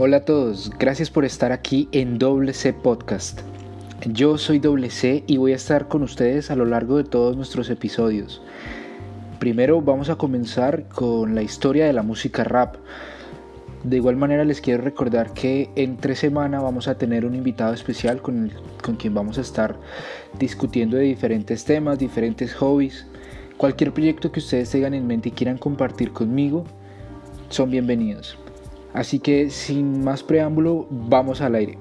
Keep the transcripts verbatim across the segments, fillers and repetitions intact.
Hola a todos, gracias por estar aquí en Doble C Podcast. Yo soy Doble C y voy a estar con ustedes a lo largo de todos nuestros episodios. Primero vamos a comenzar con la historia de la música rap. De igual manera les quiero recordar que entre semana vamos a tener un invitado especial con, el, con quien vamos a estar discutiendo de diferentes temas, diferentes hobbies. Cualquier proyecto que ustedes tengan en mente y quieran compartir conmigo, son bienvenidos. Así que sin más preámbulo, vamos al aire.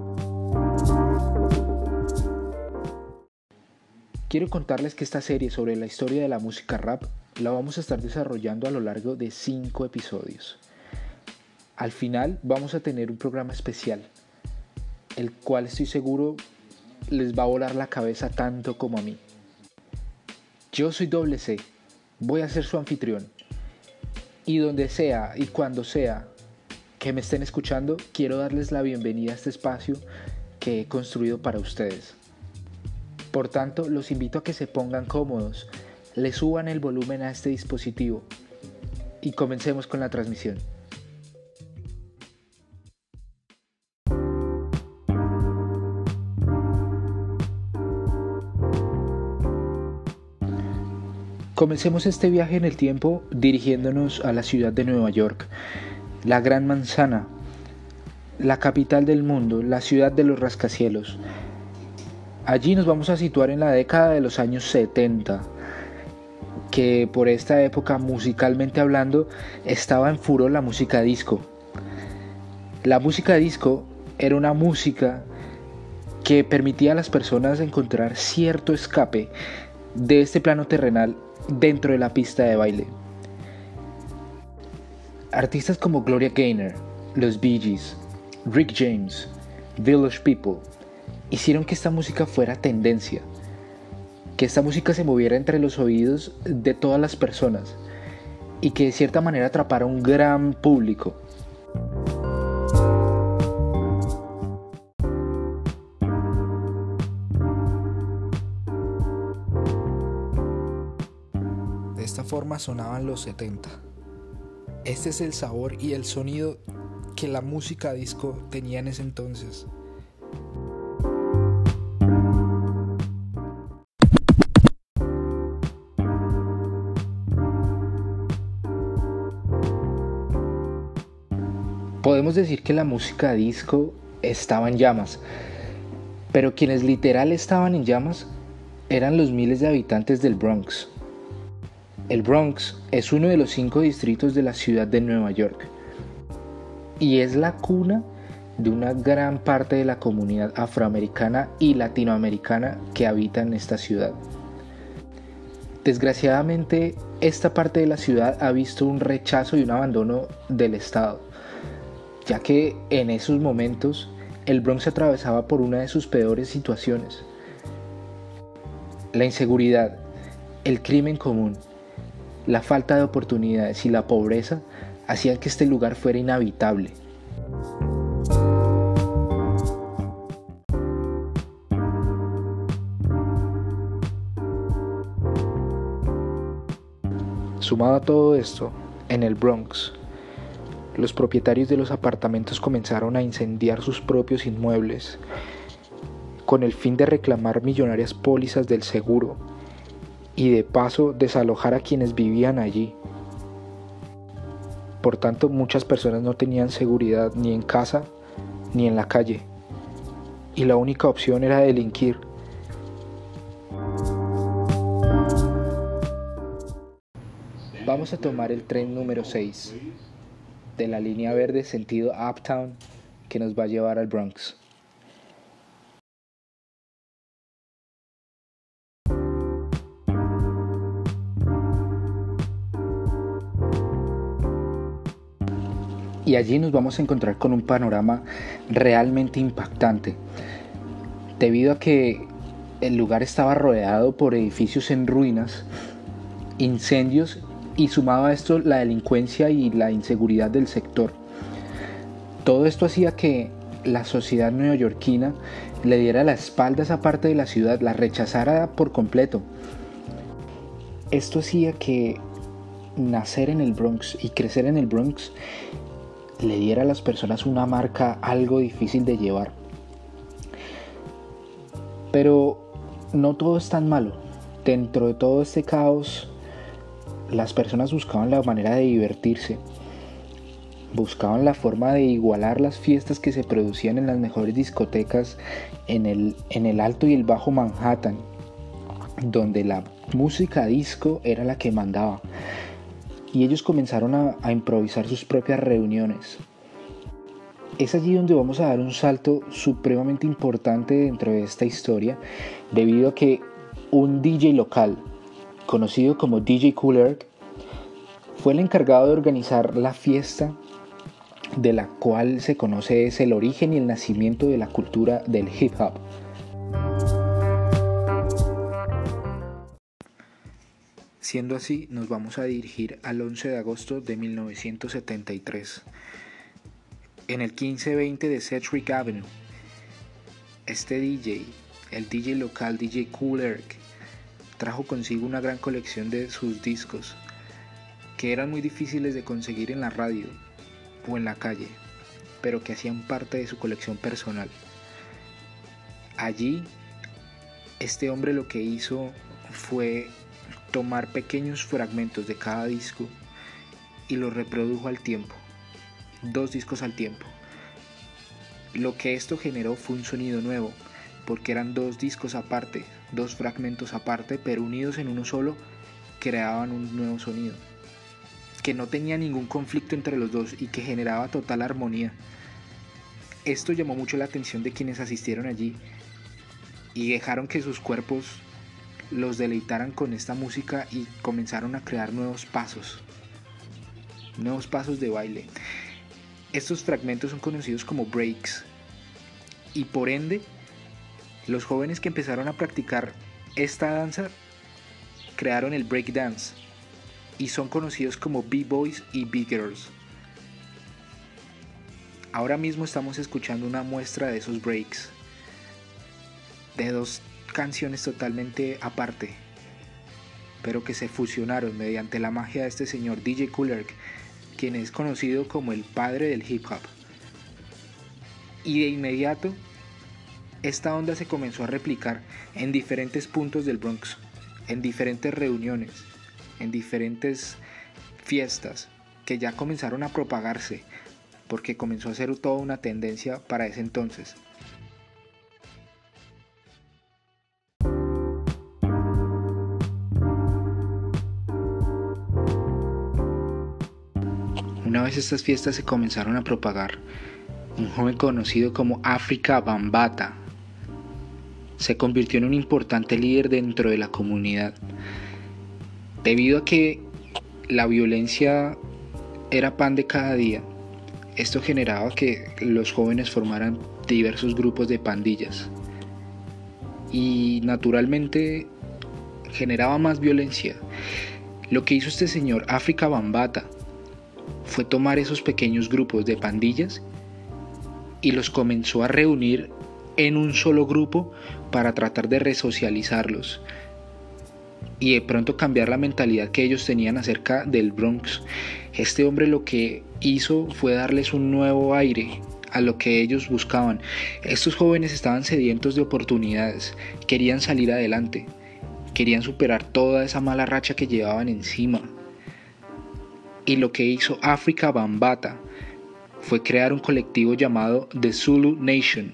Quiero contarles que esta serie sobre la historia de la música rap la vamos a estar desarrollando a lo largo de cinco episodios. Al final vamos a tener un programa especial, el cual estoy seguro les va a volar la cabeza tanto como a mí. Yo soy Doble C, voy a ser su anfitrión. Y donde sea y cuando sea que me estén escuchando, quiero darles la bienvenida a este espacio que he construido para ustedes. Por tanto, los invito a que se pongan cómodos, le suban el volumen a este dispositivo y comencemos con la transmisión. Comencemos este viaje en el tiempo dirigiéndonos a la ciudad de Nueva York, la Gran Manzana, la capital del mundo, la ciudad de los rascacielos. Allí nos vamos a situar en la década de los años setenta, que por esta época, musicalmente hablando, estaba en furor la música disco. La música disco era una música que permitía a las personas encontrar cierto escape de este plano terrenal dentro de la pista de baile. Artistas como Gloria Gaynor, los Bee Gees, Rick James, Village People hicieron que esta música fuera tendencia, que esta música se moviera entre los oídos de todas las personas y que de cierta manera atrapara a un gran público. De esta forma sonaban los setenta. Este es el sabor y el sonido que la música disco tenía en ese entonces. Podemos decir que la música disco estaba en llamas, pero quienes literal estaban en llamas eran los miles de habitantes del Bronx. El Bronx es uno de los cinco distritos de la ciudad de Nueva York y es la cuna de una gran parte de la comunidad afroamericana y latinoamericana que habita en esta ciudad. Desgraciadamente, esta parte de la ciudad ha visto un rechazo y un abandono del Estado, ya que en esos momentos el Bronx atravesaba por una de sus peores situaciones. La inseguridad, el crimen común, la falta de oportunidades y la pobreza hacían que este lugar fuera inhabitable. Sumado a todo esto, en el Bronx, los propietarios de los apartamentos comenzaron a incendiar sus propios inmuebles con el fin de reclamar millonarias pólizas del seguro y de paso desalojar a quienes vivían allí. Por tanto, muchas personas no tenían seguridad ni en casa ni en la calle, y la única opción era delinquir. Vamos a tomar el tren número seis de la línea verde sentido Uptown que nos va a llevar al Bronx. Y allí nos vamos a encontrar con un panorama realmente impactante, debido a que el lugar estaba rodeado por edificios en ruinas, incendios y sumado a esto la delincuencia y la inseguridad del sector. Todo esto hacía que la sociedad neoyorquina le diera la espalda a esa parte de la ciudad, la rechazara por completo. Esto hacía que nacer en el Bronx y crecer en el Bronx le diera a las personas una marca algo difícil de llevar. Pero no todo es tan malo. Dentro de todo este caos, las personas buscaban la manera de divertirse. Buscaban la forma de igualar las fiestas que se producían en las mejores discotecas en el, en el Alto y el Bajo Manhattan, donde la música disco era la que mandaba. Y ellos comenzaron a, a improvisar sus propias reuniones. Es allí donde vamos a dar un salto supremamente importante dentro de esta historia, debido a que un D J local, conocido como D J Kool Herc, fue el encargado de organizar la fiesta de la cual se conoce es el origen y el nacimiento de la cultura del hip hop. Siendo así, nos vamos a dirigir al once de agosto de mil novecientos setenta y tres, en el quince veinte de Sedgwick Avenue. Este D J, el D J local D J Kool Herc, trajo consigo una gran colección de sus discos, que eran muy difíciles de conseguir en la radio o en la calle, pero que hacían parte de su colección personal. Allí, este hombre lo que hizo fue tomar pequeños fragmentos de cada disco y los reprodujo al tiempo, dos discos al tiempo. Lo que esto generó fue un sonido nuevo, porque eran dos discos aparte, dos fragmentos aparte, pero unidos en uno solo, creaban un nuevo sonido, que no tenía ningún conflicto entre los dos y que generaba total armonía. Esto llamó mucho la atención de quienes asistieron allí y dejaron que sus cuerpos los deleitaran con esta música y comenzaron a crear nuevos pasos, nuevos pasos de baile. Estos fragmentos son conocidos como breaks, y por ende, los jóvenes que empezaron a practicar esta danza crearon el breakdance y son conocidos como B-boys y B-girls. Ahora mismo estamos escuchando una muestra de esos breaks, de dos canciones totalmente aparte, pero que se fusionaron mediante la magia de este señor D J Kool Herc, quien es conocido como el padre del hip hop. Y de inmediato, esta onda se comenzó a replicar en diferentes puntos del Bronx, en diferentes reuniones, en diferentes fiestas, que ya comenzaron a propagarse, porque comenzó a ser toda una tendencia para ese entonces. Una vez estas fiestas se comenzaron a propagar, un joven conocido como Afrika Bambaataa se convirtió en un importante líder dentro de la comunidad, debido a que la violencia era pan de cada día. Esto generaba que los jóvenes formaran diversos grupos de pandillas y naturalmente generaba más violencia. Lo que hizo este señor Afrika Bambaataa fue tomar esos pequeños grupos de pandillas y los comenzó a reunir en un solo grupo para tratar de resocializarlos y de pronto cambiar la mentalidad que ellos tenían acerca del Bronx. Este hombre lo que hizo fue darles un nuevo aire a lo que ellos buscaban. Estos jóvenes estaban sedientos de oportunidades, querían salir adelante, querían superar toda esa mala racha que llevaban encima. Y lo que hizo Afrika Bambaataa fue crear un colectivo llamado The Zulu Nation.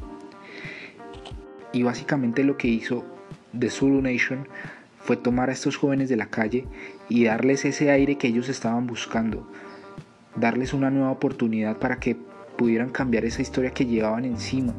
Y básicamente lo que hizo The Zulu Nation fue tomar a estos jóvenes de la calle y darles ese aire que ellos estaban buscando, darles una nueva oportunidad para que pudieran cambiar esa historia que llevaban encima.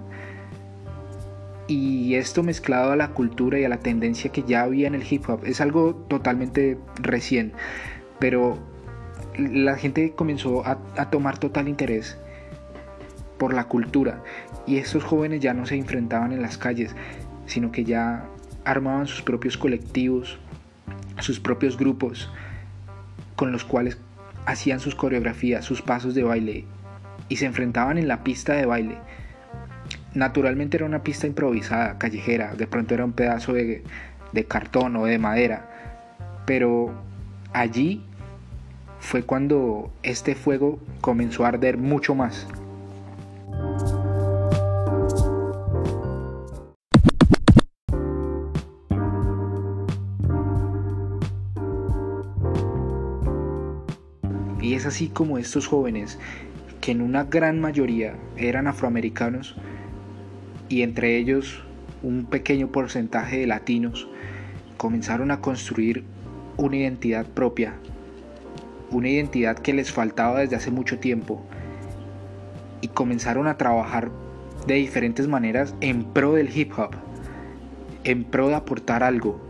Y esto mezclado a la cultura y a la tendencia que ya había en el hip hop, es algo totalmente recién, pero la gente comenzó a, a tomar total interés por la cultura, y estos jóvenes ya no se enfrentaban en las calles, sino que ya armaban sus propios colectivos, sus propios grupos, con los cuales hacían sus coreografías, sus pasos de baile, y se enfrentaban en la pista de baile. Naturalmente era una pista improvisada, callejera, de pronto era un pedazo de, de cartón o de madera, pero allí fue cuando este fuego comenzó a arder mucho más. Y es así como estos jóvenes, que en una gran mayoría eran afroamericanos y entre ellos un pequeño porcentaje de latinos, comenzaron a construir una identidad propia, una identidad que les faltaba desde hace mucho tiempo, y comenzaron a trabajar de diferentes maneras en pro del hip hop, en pro de aportar algo.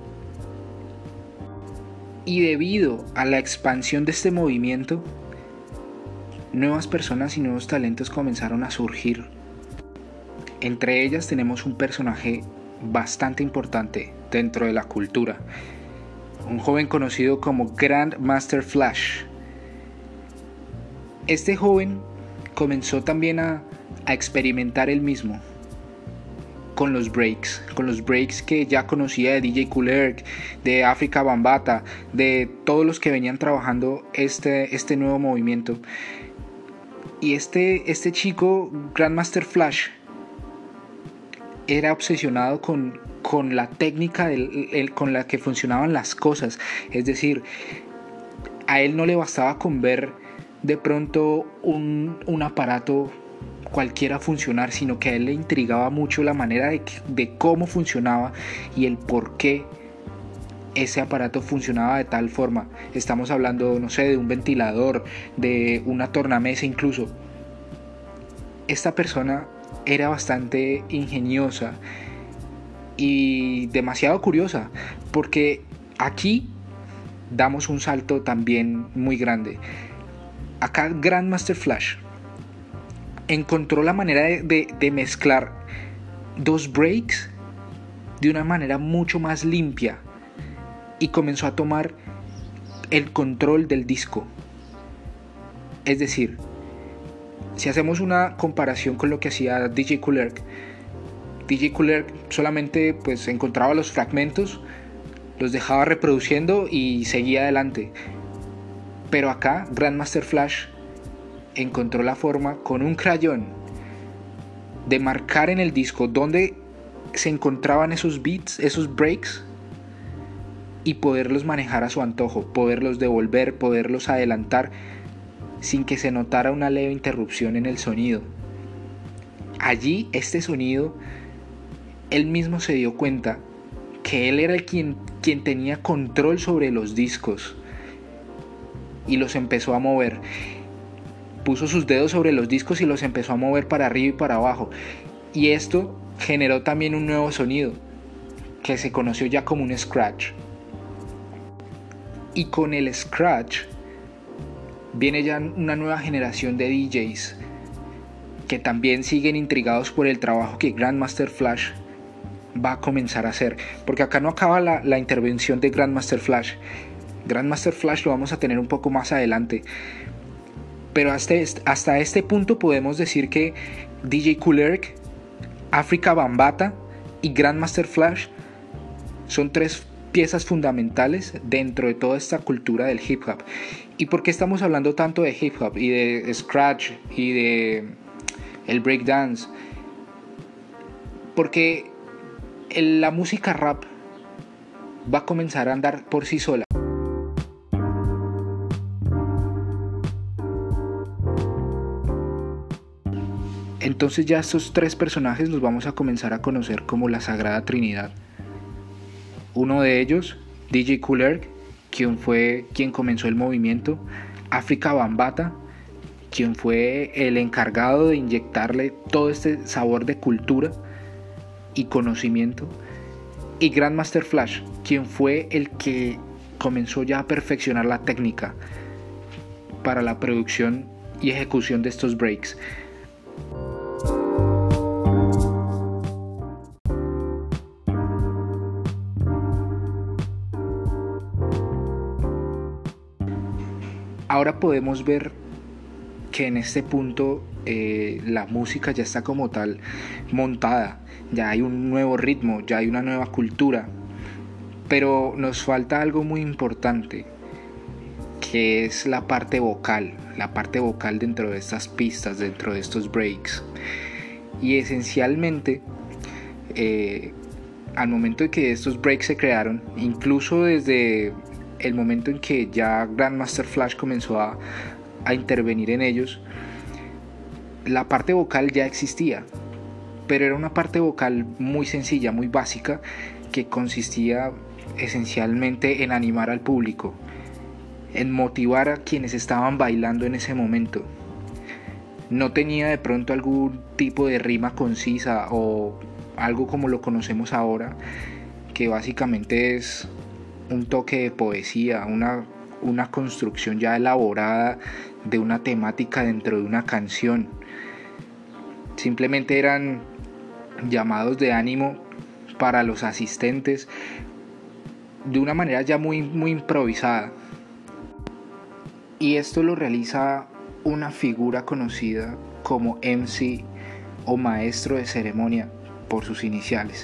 Y debido a la expansión de este movimiento, nuevas personas y nuevos talentos comenzaron a surgir. Entre ellas tenemos un personaje bastante importante dentro de la cultura, un joven conocido como Grandmaster Flash. Este joven comenzó también a, a experimentar él mismo con los breaks, con los breaks que ya conocía de D J Kool Herc, de Afrika Bambaataa, de todos los que venían trabajando este, este nuevo movimiento. Y este, este chico, Grandmaster Flash, era obsesionado con, con la técnica del, el, con la que funcionaban las cosas. Es decir, a él no le bastaba con ver de pronto un, un aparato cualquiera funcionar, sino que a él le intrigaba mucho la manera de, de cómo funcionaba y el por qué ese aparato funcionaba de tal forma. Estamos hablando, no sé, de un ventilador, de una tornamesa incluso. Esta persona era bastante ingeniosa y demasiado curiosa, porque aquí damos un salto también muy grande. Acá Grandmaster Flash encontró la manera de, de, de mezclar dos breaks de una manera mucho más limpia y comenzó a tomar el control del disco. Es decir, si hacemos una comparación con lo que hacía D J Kool Herc, D J Kool Herc solamente pues encontraba los fragmentos, los dejaba reproduciendo y seguía adelante. Pero acá Grandmaster Flash encontró la forma con un crayón de marcar en el disco donde se encontraban esos beats, esos breaks, y poderlos manejar a su antojo, poderlos devolver, poderlos adelantar sin que se notara una leve interrupción en el sonido. Allí este sonido, él mismo se dio cuenta que él era el quien, quien tenía control sobre los discos y los empezó a mover. Puso sus dedos sobre los discos y los empezó a mover para arriba y para abajo, y esto generó también un nuevo sonido que se conoció ya como un scratch. Y con el scratch viene ya una nueva generación de D Js que también siguen intrigados por el trabajo que Grandmaster Flash va a comenzar a hacer, porque acá no acaba la, la intervención de Grandmaster Flash. Grandmaster Flash lo vamos a tener un poco más adelante, pero hasta este, hasta este punto podemos decir que D J Kool Herc, Afrika Bambaataa y Grandmaster Flash son tres piezas fundamentales dentro de toda esta cultura del hip hop. ¿Y por qué estamos hablando tanto de hip hop y de scratch y de el breakdance? Porque el, la música rap va a comenzar a andar por sí sola. Entonces ya estos tres personajes los vamos a comenzar a conocer como la Sagrada Trinidad. Uno de ellos, D J Kool Herc, quien fue quien comenzó el movimiento, Afrika Bambaataa, quien fue el encargado de inyectarle todo este sabor de cultura y conocimiento, y Grandmaster Flash, quien fue el que comenzó ya a perfeccionar la técnica para la producción y ejecución de estos breaks. Ahora podemos ver que en este punto eh, la música ya está como tal montada, ya hay un nuevo ritmo, ya hay una nueva cultura, pero nos falta algo muy importante, que es la parte vocal, la parte vocal dentro de estas pistas, dentro de estos breaks. Y esencialmente, eh, al momento de que estos breaks se crearon, incluso desde el momento en que ya Grandmaster Flash comenzó a, a intervenir en ellos, la parte vocal ya existía, pero era una parte vocal muy sencilla, muy básica, que consistía esencialmente en animar al público, en motivar a quienes estaban bailando en ese momento. No tenía de pronto algún tipo de rima concisa o algo como lo conocemos ahora, que básicamente es un toque de poesía, una, una construcción ya elaborada de una temática dentro de una canción. Simplemente eran llamados de ánimo para los asistentes de una manera ya muy, muy improvisada. Y esto lo realiza una figura conocida como M C o maestro de ceremonia por sus iniciales.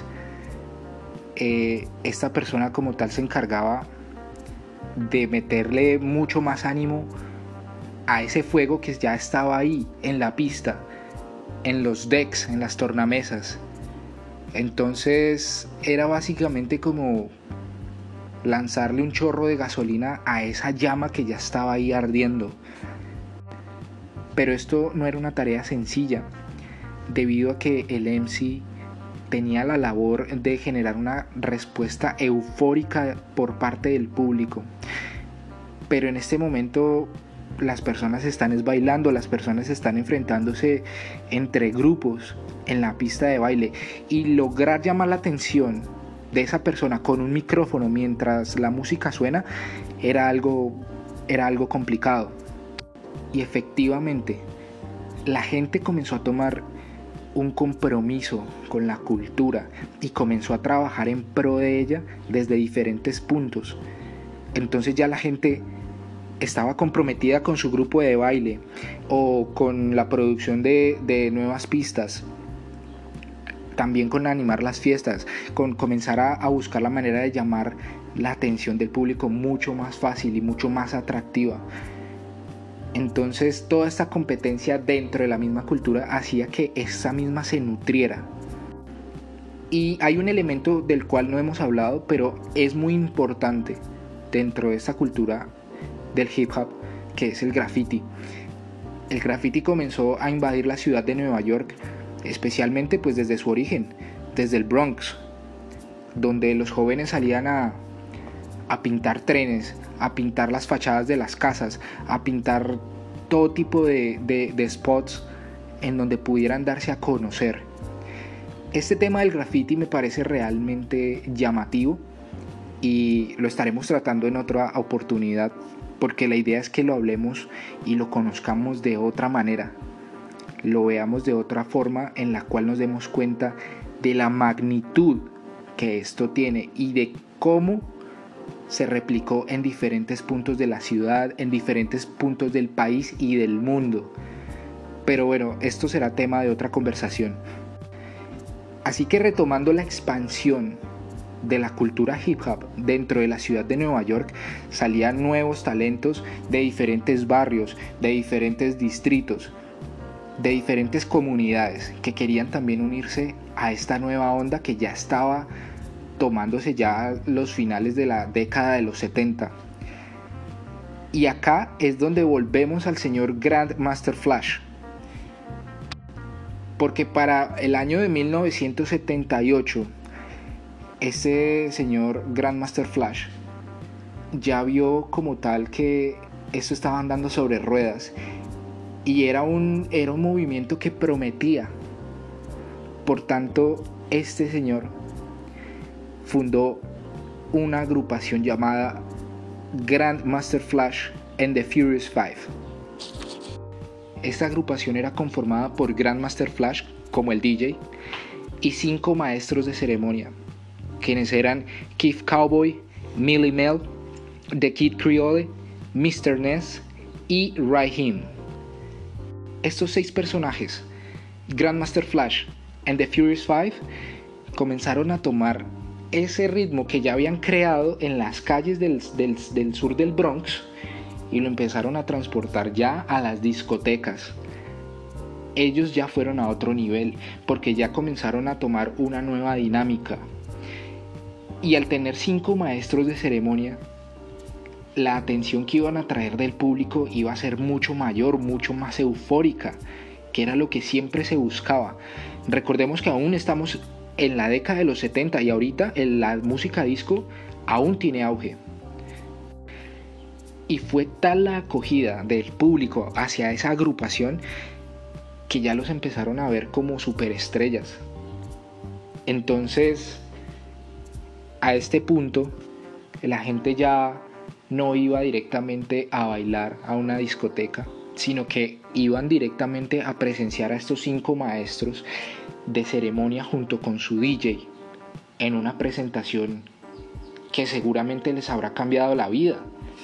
Eh, esta persona como tal se encargaba de meterle mucho más ánimo a ese fuego que ya estaba ahí en la pista, en los decks, en las tornamesas. Entonces era básicamente como lanzarle un chorro de gasolina a esa llama que ya estaba ahí ardiendo. Pero esto no era una tarea sencilla, debido a que el M C tenía la labor de generar una respuesta eufórica por parte del público. Pero en este momento las personas están bailando, las personas están enfrentándose entre grupos en la pista de baile, y lograr llamar la atención de esa persona con un micrófono mientras la música suena era algo, era algo complicado. Y efectivamente, la gente comenzó a tomar un compromiso con la cultura y comenzó a trabajar en pro de ella desde diferentes puntos. Entonces ya la gente estaba comprometida con su grupo de baile o con la producción de, de nuevas pistas, también con animar las fiestas, con comenzar a, a buscar la manera de llamar la atención del público mucho más fácil y mucho más atractiva. Entonces toda esta competencia dentro de la misma cultura hacía que esa misma se nutriera. Y hay un elemento del cual no hemos hablado, pero es muy importante dentro de esta cultura del hip hop, que es el graffiti. El graffiti comenzó a invadir la ciudad de Nueva York, especialmente pues desde su origen, desde el Bronx, donde los jóvenes salían a, a pintar trenes, a pintar las fachadas de las casas, a pintar todo tipo de, de, de spots en donde pudieran darse a conocer. Este tema del graffiti me parece realmente llamativo y lo estaremos tratando en otra oportunidad, porque la idea es que lo hablemos y lo conozcamos de otra manera, lo veamos de otra forma en la cual nos demos cuenta de la magnitud que esto tiene y de cómo se replicó en diferentes puntos de la ciudad, en diferentes puntos del país y del mundo. Pero bueno, esto será tema de otra conversación. Así que retomando la expansión de la cultura hip hop dentro de la ciudad de Nueva York, salían nuevos talentos de diferentes barrios, de diferentes distritos, de diferentes comunidades que querían también unirse a esta nueva onda que ya estaba tomándose ya los finales de la década de los setenta. Y acá es donde volvemos al señor Grandmaster Flash, porque para el año de mil novecientos setenta y ocho ese señor Grandmaster Flash ya vio como tal que esto estaba andando sobre ruedas y era un, era un movimiento que prometía. Por tanto, este señor fundó una agrupación llamada Grandmaster Flash and the Furious Five. Esta agrupación era conformada por Grandmaster Flash como el D J y cinco maestros de ceremonia, quienes eran Keith Cowboy, Millie Mel, The Kid Creole, mister Ness y Raheem. Estos seis personajes, Grandmaster Flash and the Furious Five, comenzaron a tomar ese ritmo que ya habían creado en las calles del, del, del sur del Bronx y lo empezaron a transportar ya a las discotecas. Ellos ya fueron a otro nivel porque ya comenzaron a tomar una nueva dinámica. Y al tener cinco maestros de ceremonia, la atención que iban a traer del público iba a ser mucho mayor, mucho más eufórica, que era lo que siempre se buscaba. Recordemos que aún estamos en la década de los setenta y ahorita la música disco aún tiene auge. Y fue tal la acogida del público hacia esa agrupación que ya los empezaron a ver como superestrellas. Entonces, a este punto, la gente ya no iba directamente a bailar a una discoteca, sino que iban directamente a presenciar a estos cinco maestros de ceremonia junto con su D J en una presentación que seguramente les habrá cambiado la vida.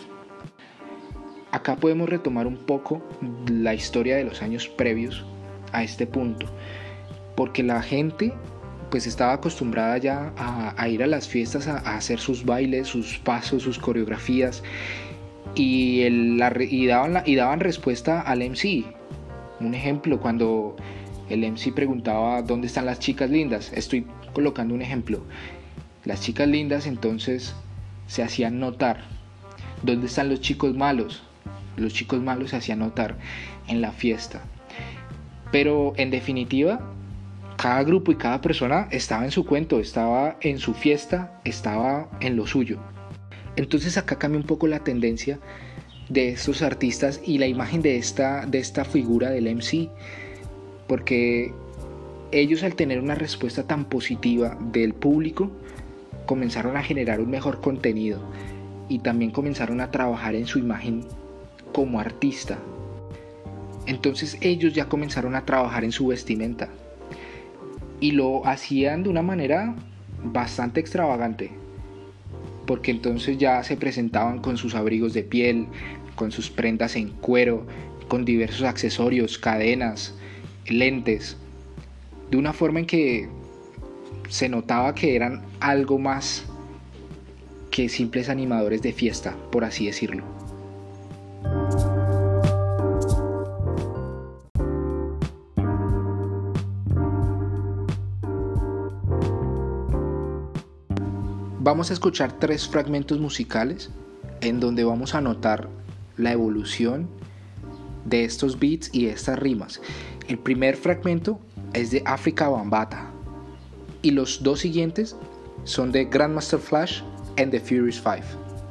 Acá podemos retomar un poco la historia de los años previos a este punto, porque la gente pues estaba acostumbrada ya a, a ir a las fiestas a, a hacer sus bailes, sus pasos, sus coreografías y, el, la, y, daban la, y daban respuesta al M C. Un ejemplo, cuando el M C preguntaba ¿dónde están las chicas lindas? Estoy colocando un ejemplo. Las chicas lindas entonces se hacían notar. ¿Dónde están los chicos malos? Los chicos malos se hacían notar en la fiesta. Pero en definitiva, cada grupo y cada persona estaba en su cuento, estaba en su fiesta, estaba en lo suyo. Entonces acá cambia un poco la tendencia de estos artistas y la imagen de esta, de esta figura del M C, porque ellos, al tener una respuesta tan positiva del público, comenzaron a generar un mejor contenido y también comenzaron a trabajar en su imagen como artista. Entonces ellos ya comenzaron a trabajar en su vestimenta y lo hacían de una manera bastante extravagante, porque entonces ya se presentaban con sus abrigos de piel, con sus prendas en cuero, con diversos accesorios, cadenas, lentes, de una forma en que se notaba que eran algo más que simples animadores de fiesta, por así decirlo. Vamos a escuchar tres fragmentos musicales en donde vamos a notar la evolución de estos beats y de estas rimas. El primer fragmento es de Afrika Bambaataa y los dos siguientes son de Grandmaster Flash and the Furious Five.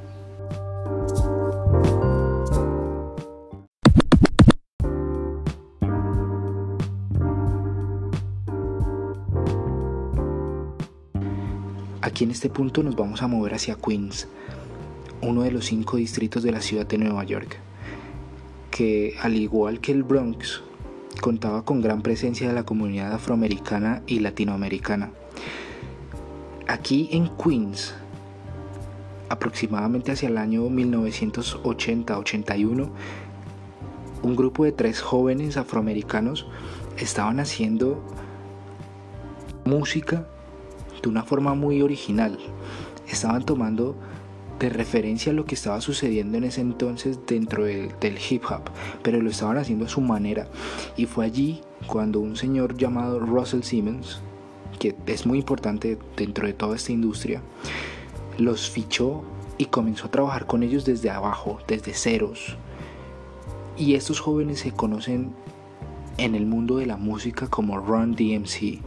Aquí en este punto nos vamos a mover hacia Queens, uno de los cinco distritos de la ciudad de Nueva York, que al igual que el Bronx, contaba con gran presencia de la comunidad afroamericana y latinoamericana. Aquí en Queens, aproximadamente hacia el año mil novecientos ochenta ochenta y uno, un grupo de tres jóvenes afroamericanos estaban haciendo música de una forma muy original. Estaban tomando de referencia lo que estaba sucediendo en ese entonces dentro de, del hip hop, pero lo estaban haciendo a su manera. Y fue allí cuando un señor llamado Russell Simmons, que es muy importante dentro de toda esta industria, los fichó y comenzó a trabajar con ellos desde abajo, desde ceros. Y estos jóvenes se conocen en el mundo de la música como Run D M C.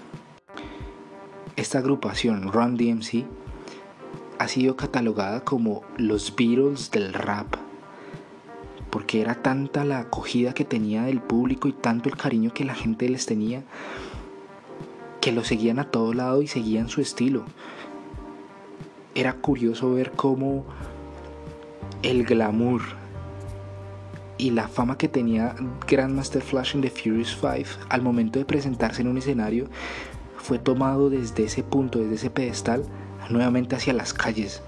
Esta agrupación, Run D M C, ha sido catalogada como los Beatles del rap, porque era tanta la acogida que tenía del público y tanto el cariño que la gente les tenía, que lo seguían a todo lado y seguían su estilo. Era curioso ver cómo el glamour y la fama que tenía Grandmaster Flash and the Furious Five al momento de presentarse en un escenario fue tomado desde ese punto, desde ese pedestal, nuevamente hacia las calles,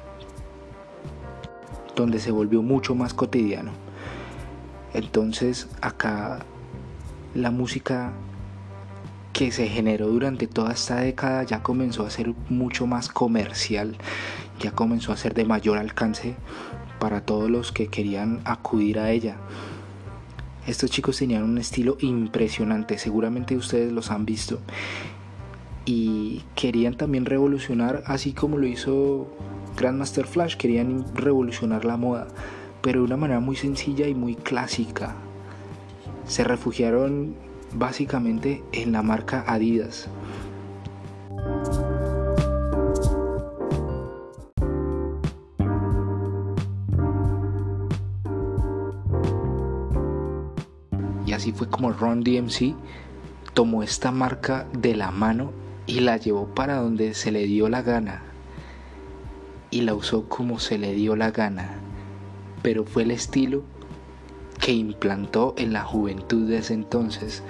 donde se volvió mucho más cotidiano. Entonces acá la música que se generó durante toda esta década ya comenzó a ser mucho más comercial, ya comenzó a ser de mayor alcance, para todos los que querían acudir a ella. Estos chicos tenían un estilo impresionante, seguramente ustedes los han visto, y querían también revolucionar, así como lo hizo Grandmaster Flash, querían revolucionar la moda, pero de una manera muy sencilla y muy clásica. Se refugiaron básicamente en la marca Adidas. Y así fue como Run D M C tomó esta marca de la mano y la llevó para donde se le dio la gana. Y la usó como se le dio la gana. Pero fue el estilo que implantó en la juventud de ese entonces.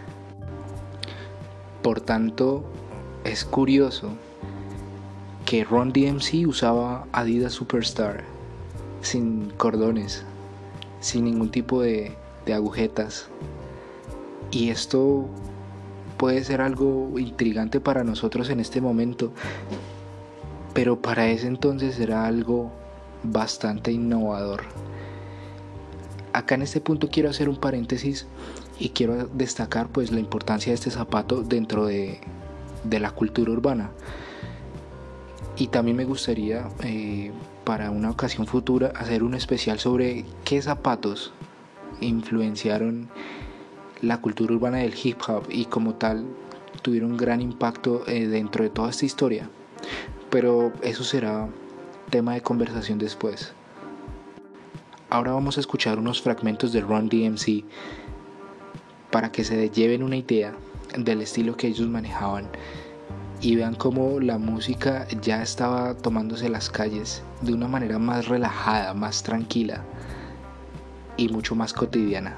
Por tanto, es curioso que Run D M C usaba Adidas Superstar sin cordones, sin ningún tipo de, de agujetas. Y esto puede ser algo intrigante para nosotros en este momento, pero para ese entonces era algo bastante innovador. Acá en este punto quiero hacer un paréntesis y quiero destacar pues la importancia de este zapato dentro de, de la cultura urbana. Y también me gustaría eh, para una ocasión futura hacer un especial sobre qué zapatos influenciaron la cultura urbana del hip hop y como tal tuvieron un gran impacto eh, dentro de toda esta historia. Pero eso será tema de conversación después. Ahora vamos a escuchar unos fragmentos de Run D M C para que se lleven una idea del estilo que ellos manejaban y vean cómo la música ya estaba tomándose las calles de una manera más relajada, más tranquila y mucho más cotidiana.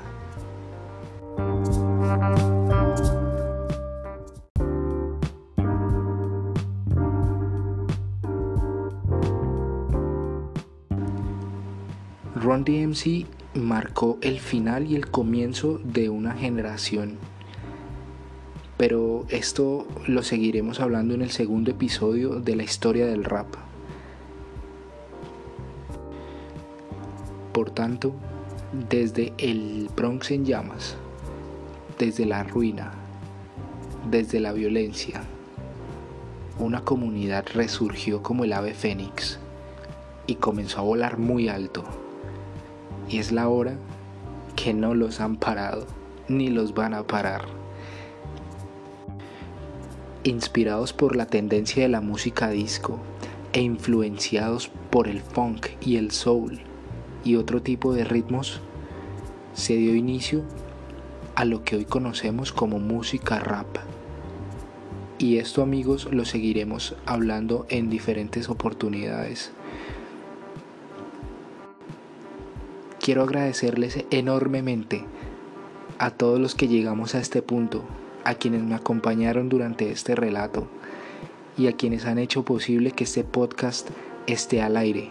Run D M C marcó el final y el comienzo de una generación, pero esto lo seguiremos hablando en el segundo episodio de la historia del rap. Por tanto, desde el Bronx en llamas, desde la ruina, desde la violencia, una comunidad resurgió como el ave fénix y comenzó a volar muy alto. Y es la hora que no los han parado, ni los van a parar. Inspirados por la tendencia de la música disco e influenciados por el funk y el soul y otro tipo de ritmos, se dio inicio a lo que hoy conocemos como música rap. Y esto, amigos, lo seguiremos hablando en diferentes oportunidades. Quiero agradecerles enormemente a todos los que llegamos a este punto, a quienes me acompañaron durante este relato y a quienes han hecho posible que este podcast esté al aire.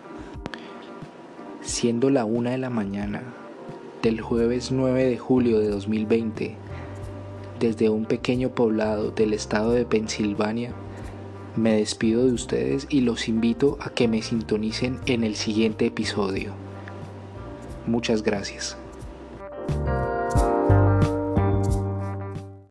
Siendo la una de la mañana del jueves nueve de julio de dos mil veinte, desde un pequeño poblado del estado de Pensilvania, me despido de ustedes y los invito a que me sintonicen en el siguiente episodio. Muchas gracias.